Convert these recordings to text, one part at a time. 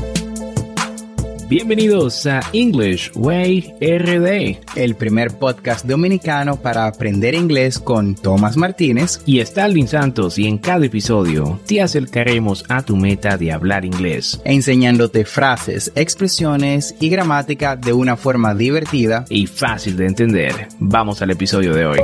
Bienvenidos a English Way RD, el primer podcast dominicano para aprender inglés con Tomás Martínez y Stalin Santos, y en cada episodio te acercaremos a tu meta de hablar inglés, enseñándote frases, expresiones y gramática de una forma divertida y fácil de entender. Vamos al episodio de hoy.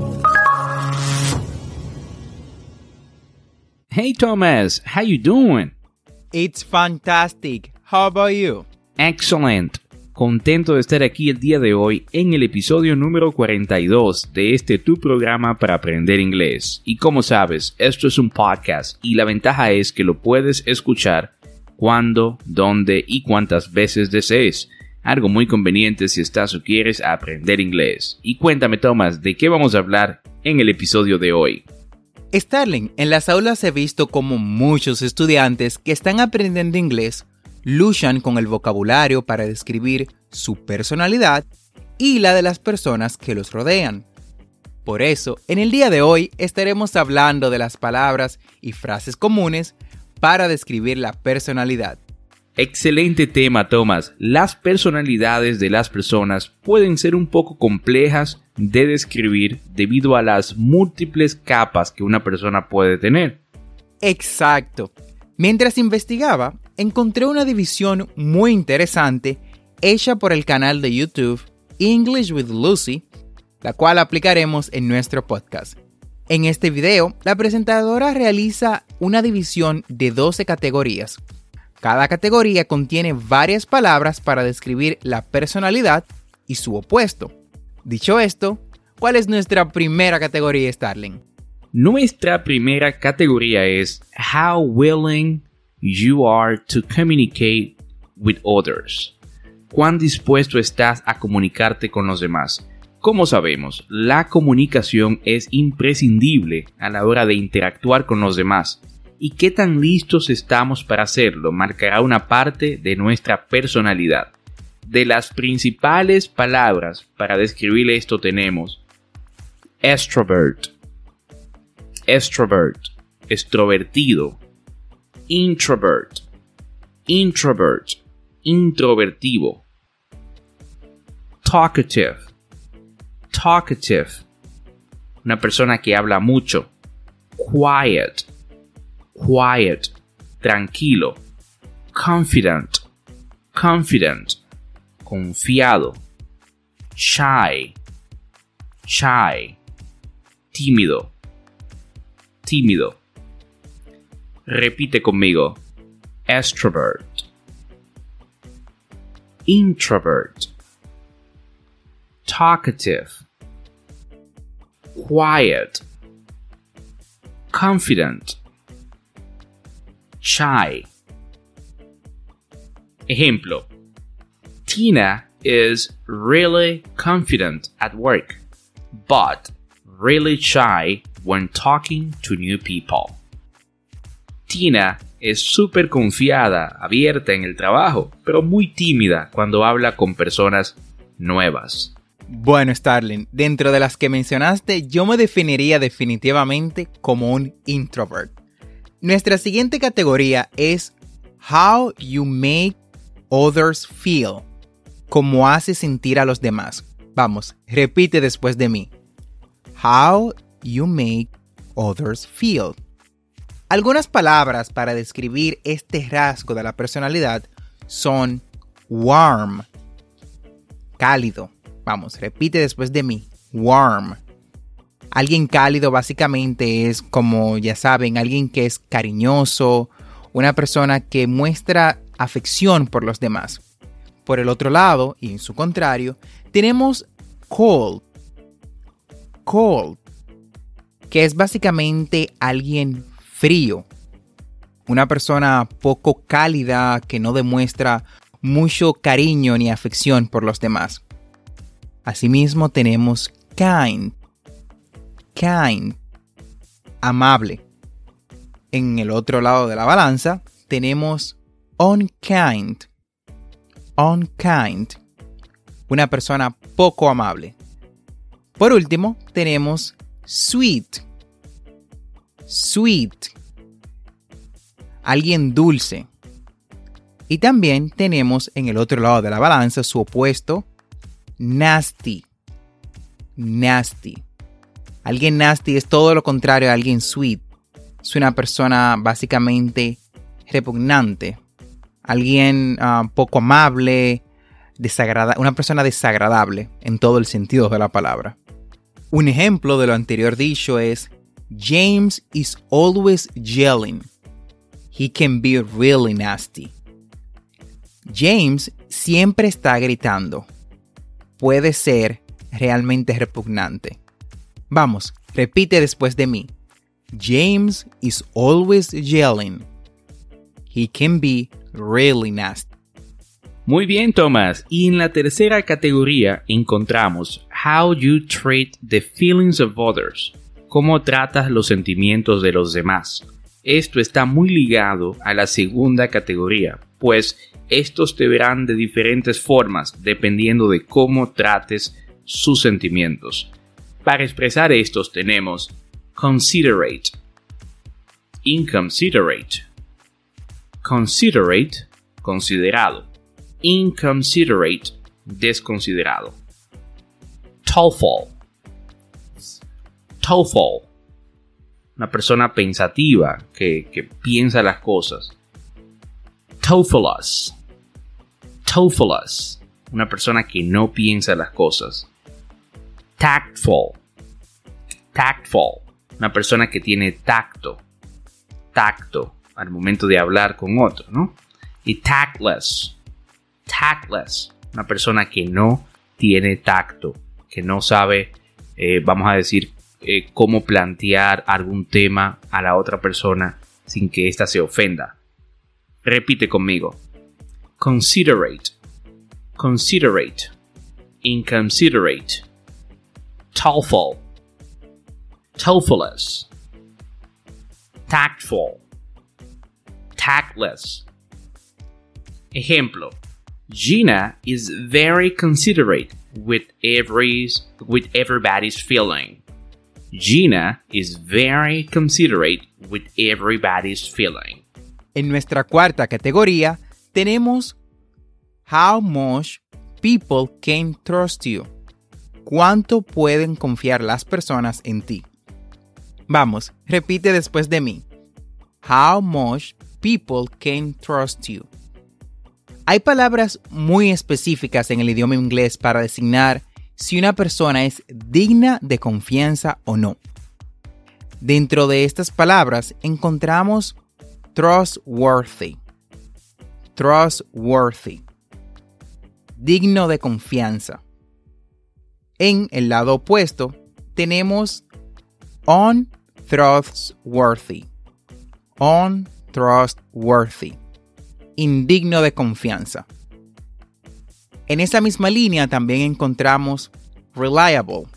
Hey Thomas, how you doing? It's fantastic. How about you? Excellent. Contento de estar aquí el día de hoy en el episodio número 42 de este tu programa para aprender inglés. Y como sabes, esto es un podcast y la ventaja es que lo puedes escuchar cuando, dónde y cuántas veces desees. Algo muy conveniente si estás o quieres aprender inglés. Y cuéntame, Thomas, ¿de qué vamos a hablar en el episodio de hoy? Starling, en las aulas he visto como muchos estudiantes que están aprendiendo inglés luchan con el vocabulario para describir su personalidad y la de las personas que los rodean. Por eso, en el día de hoy estaremos hablando de las palabras y frases comunes para describir la personalidad. Excelente tema, Thomas. Las personalidades de las personas pueden ser un poco complejas de describir debido a las múltiples capas que una persona puede tener. Exacto. Mientras investigaba, encontré una división muy interesante hecha por el canal de YouTube English with Lucy, la cual aplicaremos en nuestro podcast. En este video, la presentadora realiza una división de 12 categorías. Cada categoría contiene varias palabras para describir la personalidad y su opuesto. Dicho esto, ¿cuál es nuestra primera categoría, Starling? Nuestra primera categoría es How willing you are to communicate with others. ¿Cuán dispuesto estás a comunicarte con los demás? Como sabemos, la comunicación es imprescindible a la hora de interactuar con los demás. ¿Y qué tan listos estamos para hacerlo? Marcará una parte de nuestra personalidad. De las principales palabras para describir esto tenemos extrovert, extrovertido, introvert, introvertido, talkative, una persona que habla mucho, quiet, tranquilo, confident, confiado, shy, tímido. Repite conmigo. Extrovert, introvert, talkative, quiet, confident, shy. Ejemplo. Tina is really confident at work, but really shy when talking to new people. Tina es súper confiada, abierta en el trabajo, pero muy tímida cuando habla con personas nuevas. Bueno, Starling, dentro de las que mencionaste, yo me definiría definitivamente como un introvert. Nuestra siguiente categoría es How you make others feel. Cómo hace sentir a los demás. Vamos, repite después de mí. How you make others feel. Algunas palabras para describir este rasgo de la personalidad son warm, cálido. Vamos, repite después de mí. Warm. Alguien cálido básicamente es, como ya saben, alguien que es cariñoso, una persona que muestra afección por los demás. Por el otro lado, y en su contrario, tenemos cold, que es básicamente alguien frío. Una persona poco cálida que no demuestra mucho cariño ni afección por los demás. Asimismo tenemos kind, amable. En el otro lado de la balanza tenemos unkind, una persona poco amable. Por último tenemos sweet, alguien dulce. Y también tenemos en el otro lado de la balanza su opuesto, nasty. Nasty. Alguien nasty es todo lo contrario a alguien sweet. Es una persona básicamente repugnante. Alguien poco amable, una persona desagradable en todo el sentido de la palabra. Un ejemplo de lo anterior dicho es James is always yelling. He can be really nasty. James siempre está gritando. Puede ser realmente repugnante. Vamos, repite después de mí. James is always yelling. He can be really nasty. Muy bien, Thomas. Y en la tercera categoría encontramos How you treat the feelings of others. Cómo tratas los sentimientos de los demás. Esto está muy ligado a la segunda categoría, pues estos te verán de diferentes formas dependiendo de cómo trates sus sentimientos. Para expresar estos tenemos considerate, inconsiderate, considerate, considerado, inconsiderate, desconsiderado, thoughtful, thoughtful, una persona pensativa que piensa las cosas, thoughtfulous, thoughtfulous, una persona que no piensa las cosas, tactful, tactful, una persona que tiene tacto al momento de hablar con otro, ¿no? Y tactless, tactless, una persona que no tiene tacto, que no sabe, vamos a decir, cómo plantear algún tema a la otra persona sin que ésta se ofenda. Repite conmigo. Considerate, considerate, inconsiderate, thoughtful, thoughtfulous, tactful, tactless. Ejemplo. Gina is very considerate with everybody's feeling. Gina is very considerate with everybody's feeling. En nuestra cuarta categoría tenemos How much people can trust you. ¿Cuánto pueden confiar las personas en ti? Vamos, repite después de mí. How much people can trust you. Hay palabras muy específicas en el idioma inglés para designar si una persona es digna de confianza o no. Dentro de estas palabras encontramos trustworthy, trustworthy, digno de confianza. En el lado opuesto tenemos untrustworthy, untrustworthy, indigno de confianza. En esa misma línea también encontramos reliable,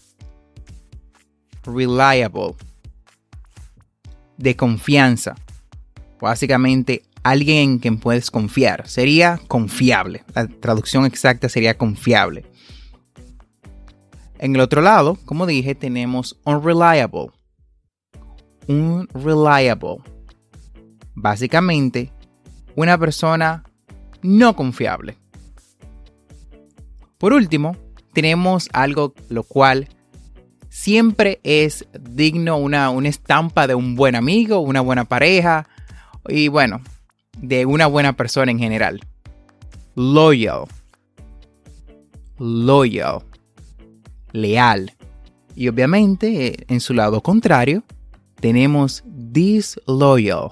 reliable, de confianza. Básicamente, alguien en quien puedes confiar. Sería confiable. La traducción exacta sería confiable. En el otro lado, como dije, tenemos unreliable. Unreliable. Básicamente, una persona no confiable. Por último, tenemos algo lo cual siempre es digno, una estampa de un buen amigo, una buena pareja y bueno, de una buena persona en general. Loyal. Loyal. Leal. Y obviamente, en su lado contrario, tenemos disloyal.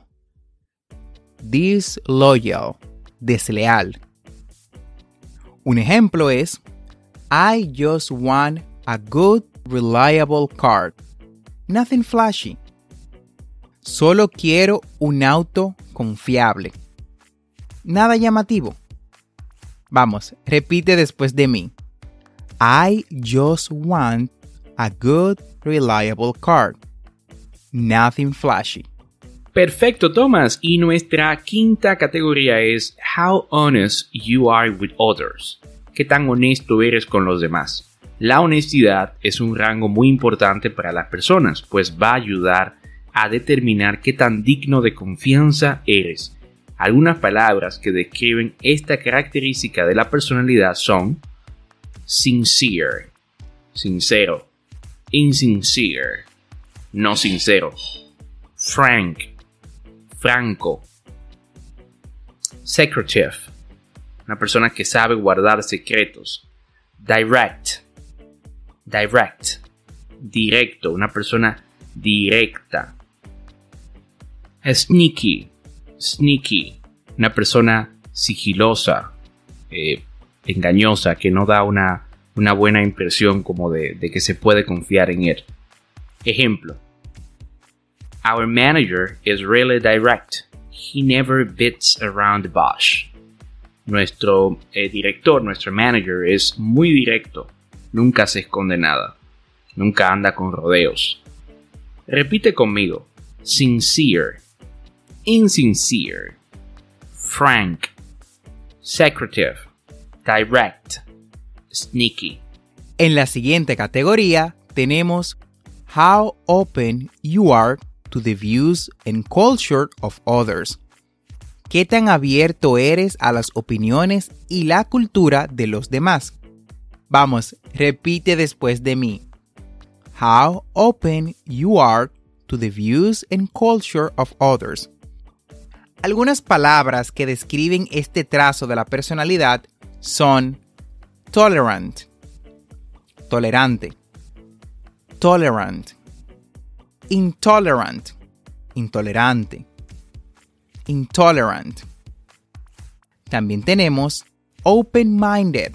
Disloyal. Desleal. Un ejemplo es I just want a good, reliable car. Nothing flashy. Solo quiero un auto confiable. Nada llamativo. Vamos, repite después de mí. I just want a good, reliable car. Nothing flashy. Perfecto, Thomas. Y nuestra quinta categoría es How honest you are with others. ¿Qué tan honesto eres con los demás? La honestidad es un rango muy importante para las personas, pues va a ayudar a determinar qué tan digno de confianza eres. Algunas palabras que describen esta característica de la personalidad son sincere, sincero, insincere, no sincero, frank, franco, secretive, una persona que sabe guardar secretos, direct, directo, una persona directa, sneaky, una persona sigilosa, engañosa, que no da una buena impresión como de que se puede confiar en él. Ejemplo: Our manager is really direct. He never beats around the bush. Nuestro director, nuestro manager es muy directo. Nunca se esconde nada. Nunca anda con rodeos. Repite conmigo: sincere, insincere, frank, secretive, direct, sneaky. En la siguiente categoría tenemos how open you are to the views and culture of others. ¿Qué tan abierto eres a las opiniones y la cultura de los demás? Vamos, repite después de mí. How open you are to the views and culture of others. Algunas palabras que describen este trazo de la personalidad son tolerant, tolerante, tolerant, intolerant, intolerante, intolerant. También tenemos open-minded,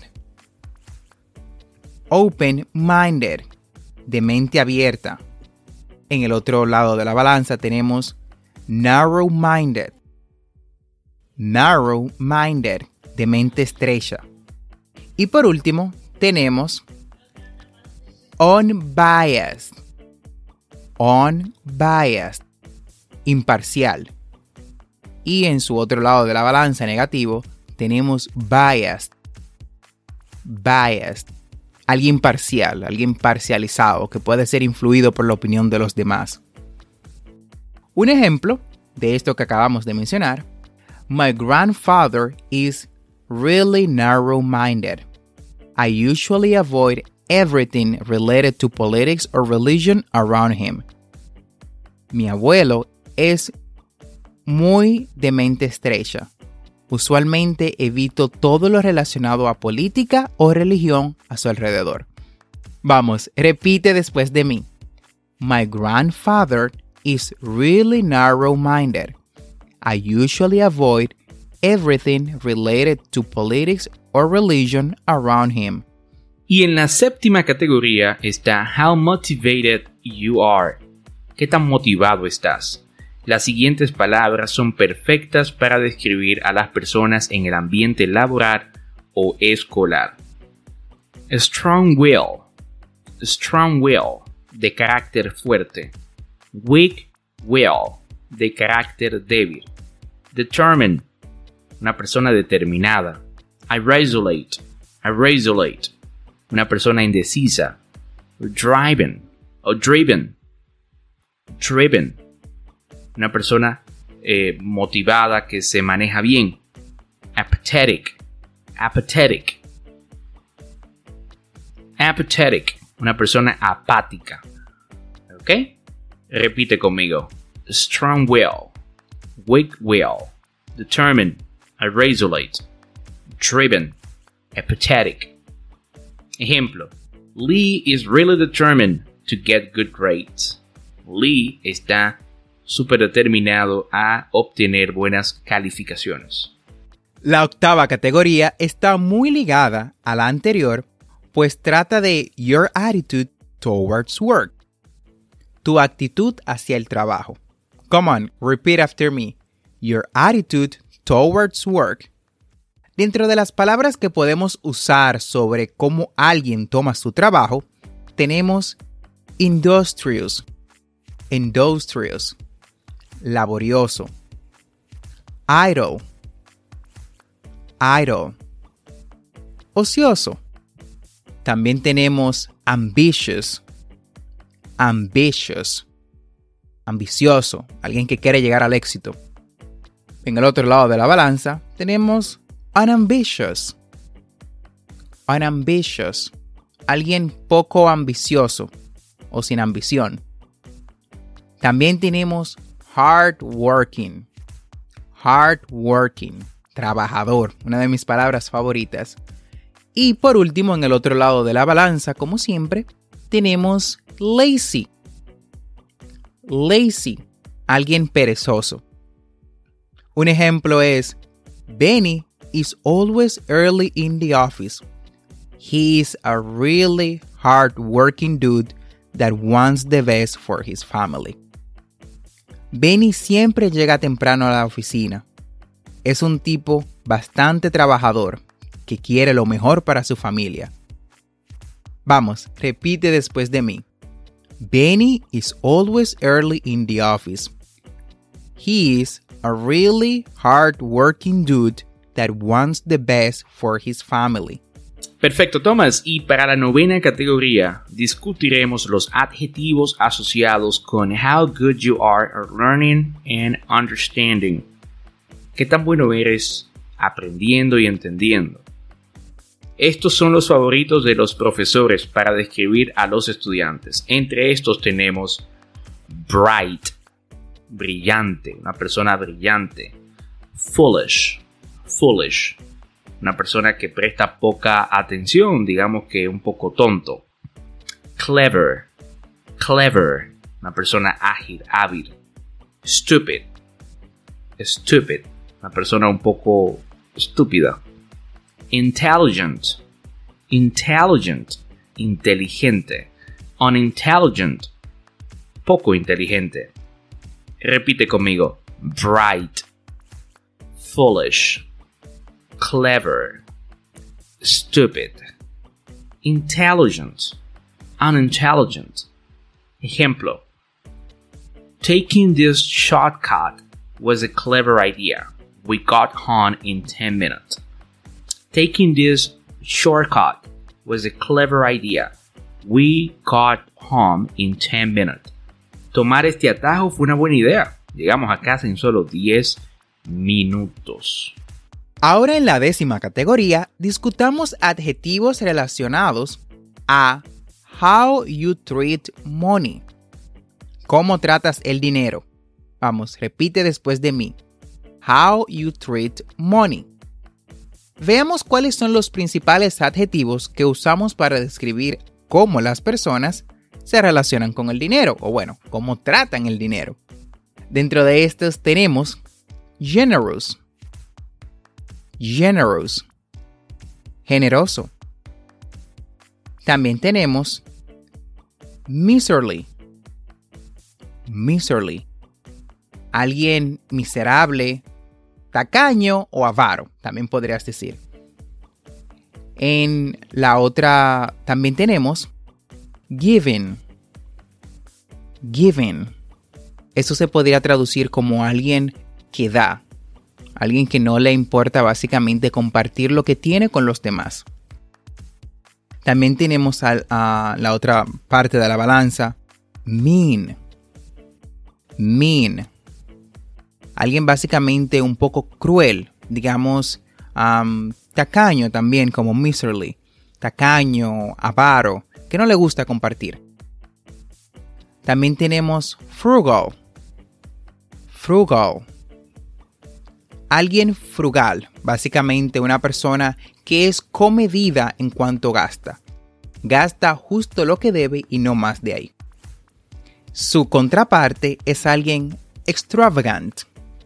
open-minded, de mente abierta. En el otro lado de la balanza tenemos narrow-minded, narrow-minded, de mente estrecha. Y por último tenemos unbiased, unbiased, imparcial. Y en su otro lado de la balanza, negativo, tenemos biased, biased, alguien parcial, alguien parcializado que puede ser influido por la opinión de los demás. Un ejemplo de esto que acabamos de mencionar: My grandfather is really narrow-minded. I usually avoid everything related to politics or religion around him. Mi abuelo es muy de mente estrecha. Usualmente evito todo lo relacionado a política o religión a su alrededor. Vamos, repite después de mí. My grandfather is really narrow-minded. I usually avoid everything related to politics or religion around him. Y en la séptima categoría está how motivated you are. ¿Qué tan motivado estás? Las siguientes palabras son perfectas para describir a las personas en el ambiente laboral o escolar. Strong will, de carácter fuerte. Weak will, de carácter débil. Determined, una persona determinada. Irresolute, una persona indecisa. Driven, una persona motivada que se maneja bien. Apathetic, una persona apática. ¿Ok? Repite conmigo. Strong will, weak will, determined, irresolute, driven, apathetic. Ejemplo: Lee is really determined to get good grades. Lee está súper determinado a obtener buenas calificaciones. La octava categoría está muy ligada a la anterior, pues trata de your attitude towards work. Tu actitud hacia el trabajo. Come on, repeat after me. Your attitude towards work. Dentro de las palabras que podemos usar sobre cómo alguien toma su trabajo, tenemos industrious, laborioso, idle, ocioso. También tenemos ambitious, ambicioso, alguien que quiere llegar al éxito. En el otro lado de la balanza tenemos unambitious. Unambitious. Alguien poco ambicioso o sin ambición. También tenemos hardworking. Hardworking. Trabajador. Una de mis palabras favoritas. Y por último, en el otro lado de la balanza, como siempre, tenemos lazy. Lazy. Alguien perezoso. Un ejemplo es, Benny is always early in the office. He is a really hard-working dude that wants the best for his family. Benny siempre llega temprano a la oficina. Es un tipo bastante trabajador que quiere lo mejor para su familia. Vamos, repite después de mí. Benny is always early in the office. He is a really hard-working dude that wants the best for his family. Perfecto, Thomas. Y para la novena categoría, discutiremos los adjetivos asociados con how good you are at learning and understanding. ¿Qué tan bueno eres aprendiendo y entendiendo? Estos son los favoritos de los profesores para describir a los estudiantes. Entre estos tenemos bright, brillante, una persona brillante. Foolish, una persona que presta poca atención, digamos que un poco tonto. Clever, una persona ágil, hábil. Stupid, una persona un poco estúpida. Intelligent, inteligente. Unintelligent, poco inteligente. Repite conmigo. Bright, foolish, clever, stupid, intelligent, unintelligent. Ejemplo. Taking this shortcut was a clever idea. We got home in 10 minutes. Taking this shortcut was a clever idea. We got home in 10 minutes. Tomar este atajo fue una buena idea. Llegamos a casa en solo 10 minutos. Ahora en la 10ª categoría, discutamos adjetivos relacionados a how you treat money. ¿Cómo tratas el dinero? Vamos, repite después de mí. How you treat money. Veamos cuáles son los principales adjetivos que usamos para describir cómo las personas se relacionan con el dinero, o bueno, cómo tratan el dinero. Dentro de estos tenemos generous, generoso. También tenemos miserly, alguien miserable, tacaño o avaro, también podrías decir. En la otra también tenemos giving. Eso se podría traducir como alguien que da. Alguien que no le importa básicamente compartir lo que tiene con los demás. También tenemos a la otra parte de la balanza, mean. Alguien básicamente un poco cruel, digamos, tacaño también como miserly, tacaño, avaro, que no le gusta compartir. También tenemos frugal. Alguien frugal, básicamente una persona que es comedida en cuanto gasta. Gasta justo lo que debe y no más de ahí. Su contraparte es alguien extravagant.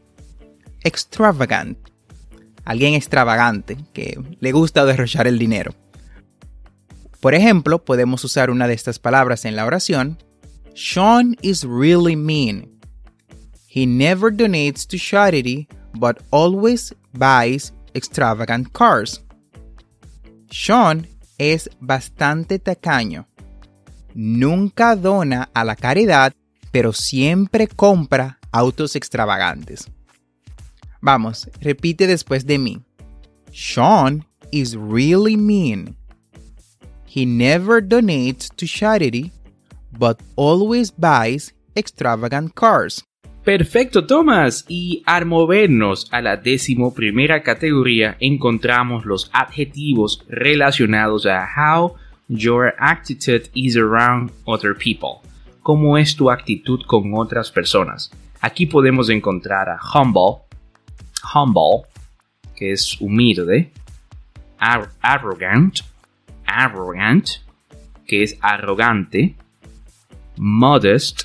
Alguien extravagante que le gusta derrochar el dinero. Por ejemplo, podemos usar una de estas palabras en la oración. Sean is really mean. He never donates to charity, but always buys extravagant cars. Sean es bastante tacaño. Nunca dona a la caridad, pero siempre compra autos extravagantes. Vamos, repite después de mí. Sean is really mean. He never donates to charity, but always buys extravagant cars. Perfecto, Thomas. Y al movernos a la 11ª categoría, encontramos los adjetivos relacionados a how your attitude is around other people. ¿Cómo es tu actitud con otras personas? Aquí podemos encontrar a humble, que es humilde, arrogant, que es arrogante, modest,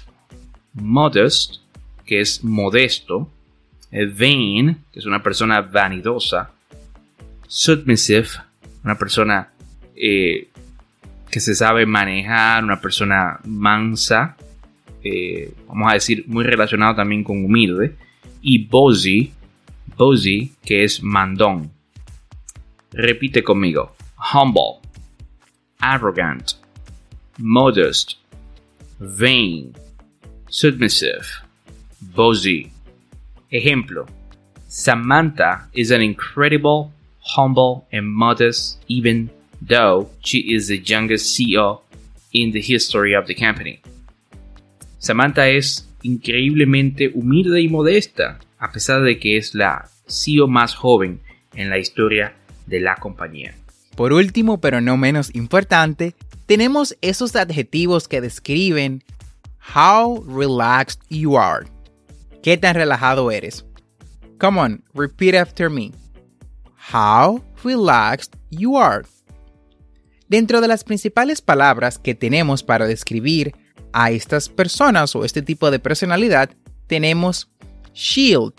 que es modesto, vain, que es una persona vanidosa, submissive, una persona que se sabe manejar, una persona mansa, vamos a decir muy relacionado también con humilde, y bossy, que es mandón. Repite conmigo: humble, arrogant, modest, vain, submissive, bossy. Ejemplo: Samantha is an incredible, humble, and modest, even though she is the youngest CEO in the history of the company. Samantha es increíblemente humilde y modesta, a pesar de que es la CEO más joven en la historia de la compañía. Por último, pero no menos importante, tenemos esos adjetivos que describen how relaxed you are. ¿Qué tan relajado eres? Come on, repeat after me. How relaxed you are. Dentro de las principales palabras que tenemos para describir a estas personas o este tipo de personalidad, tenemos shield.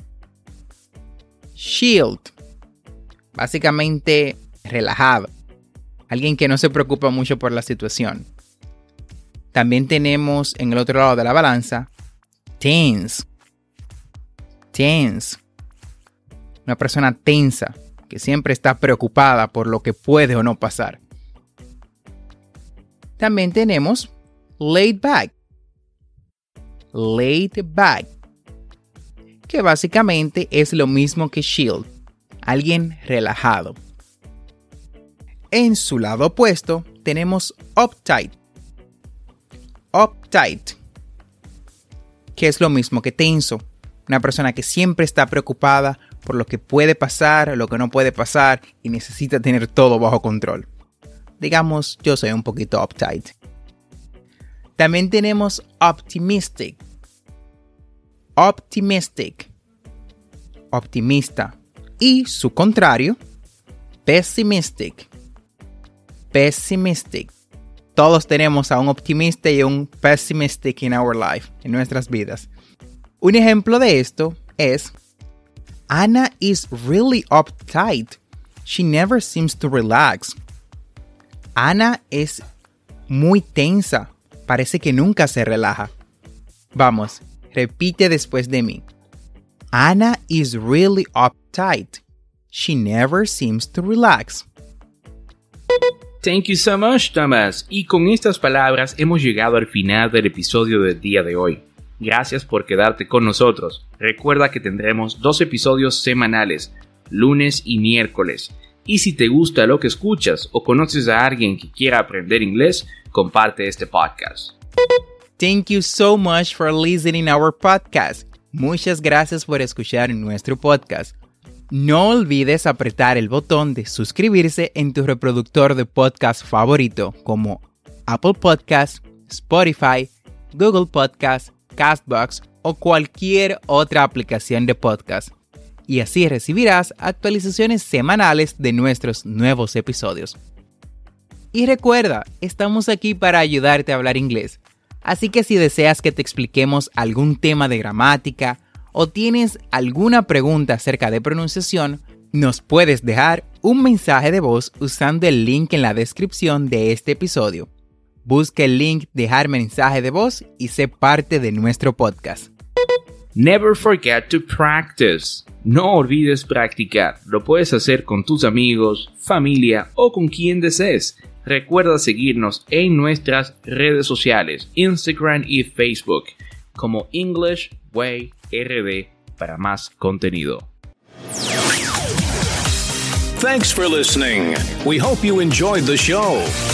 Básicamente, relajado. Alguien que no se preocupa mucho por la situación. También tenemos en el otro lado de la balanza, tense. Una persona tensa, que siempre está preocupada por lo que puede o no pasar. También tenemos laid back, que básicamente es lo mismo que shield, alguien relajado. En su lado opuesto tenemos uptight, que es lo mismo que tenso, una persona que siempre está preocupada por lo que puede pasar o lo que no puede pasar y necesita tener todo bajo control. Digamos, yo soy un poquito uptight. También tenemos optimistic. Optimista. Y su contrario, pessimistic. Todos tenemos a un optimista y a un pessimistic in our life, en nuestras vidas. Un ejemplo de esto es: Anna is really uptight. She never seems to relax. Ana es muy tensa. Parece que nunca se relaja. Vamos, repite después de mí. Anna is really uptight. She never seems to relax. Thank you so much, Thomas. Y con estas palabras hemos llegado al final del episodio del día de hoy. Gracias por quedarte con nosotros. Recuerda que tendremos 2 episodios semanales, lunes y miércoles. Y si te gusta lo que escuchas o conoces a alguien que quiera aprender inglés, comparte este podcast. Thank you so much for listening to our podcast. Muchas gracias por escuchar nuestro podcast. No olvides apretar el botón de suscribirse en tu reproductor de podcast favorito como Apple Podcasts, Spotify, Google Podcasts, Castbox o cualquier otra aplicación de podcast. Y así recibirás actualizaciones semanales de nuestros nuevos episodios. Y recuerda, estamos aquí para ayudarte a hablar inglés. Así que si deseas que te expliquemos algún tema de gramática o tienes alguna pregunta acerca de pronunciación, nos puedes dejar un mensaje de voz usando el link en la descripción de este episodio. Busca el link Dejar mensaje de voz y sé parte de nuestro podcast. Never forget to practice. No olvides practicar. Lo puedes hacer con tus amigos, familia o con quien desees. Recuerda seguirnos en nuestras redes sociales, Instagram y Facebook, como English Way RD para más contenido. Thanks for listening. We hope you enjoyed the show.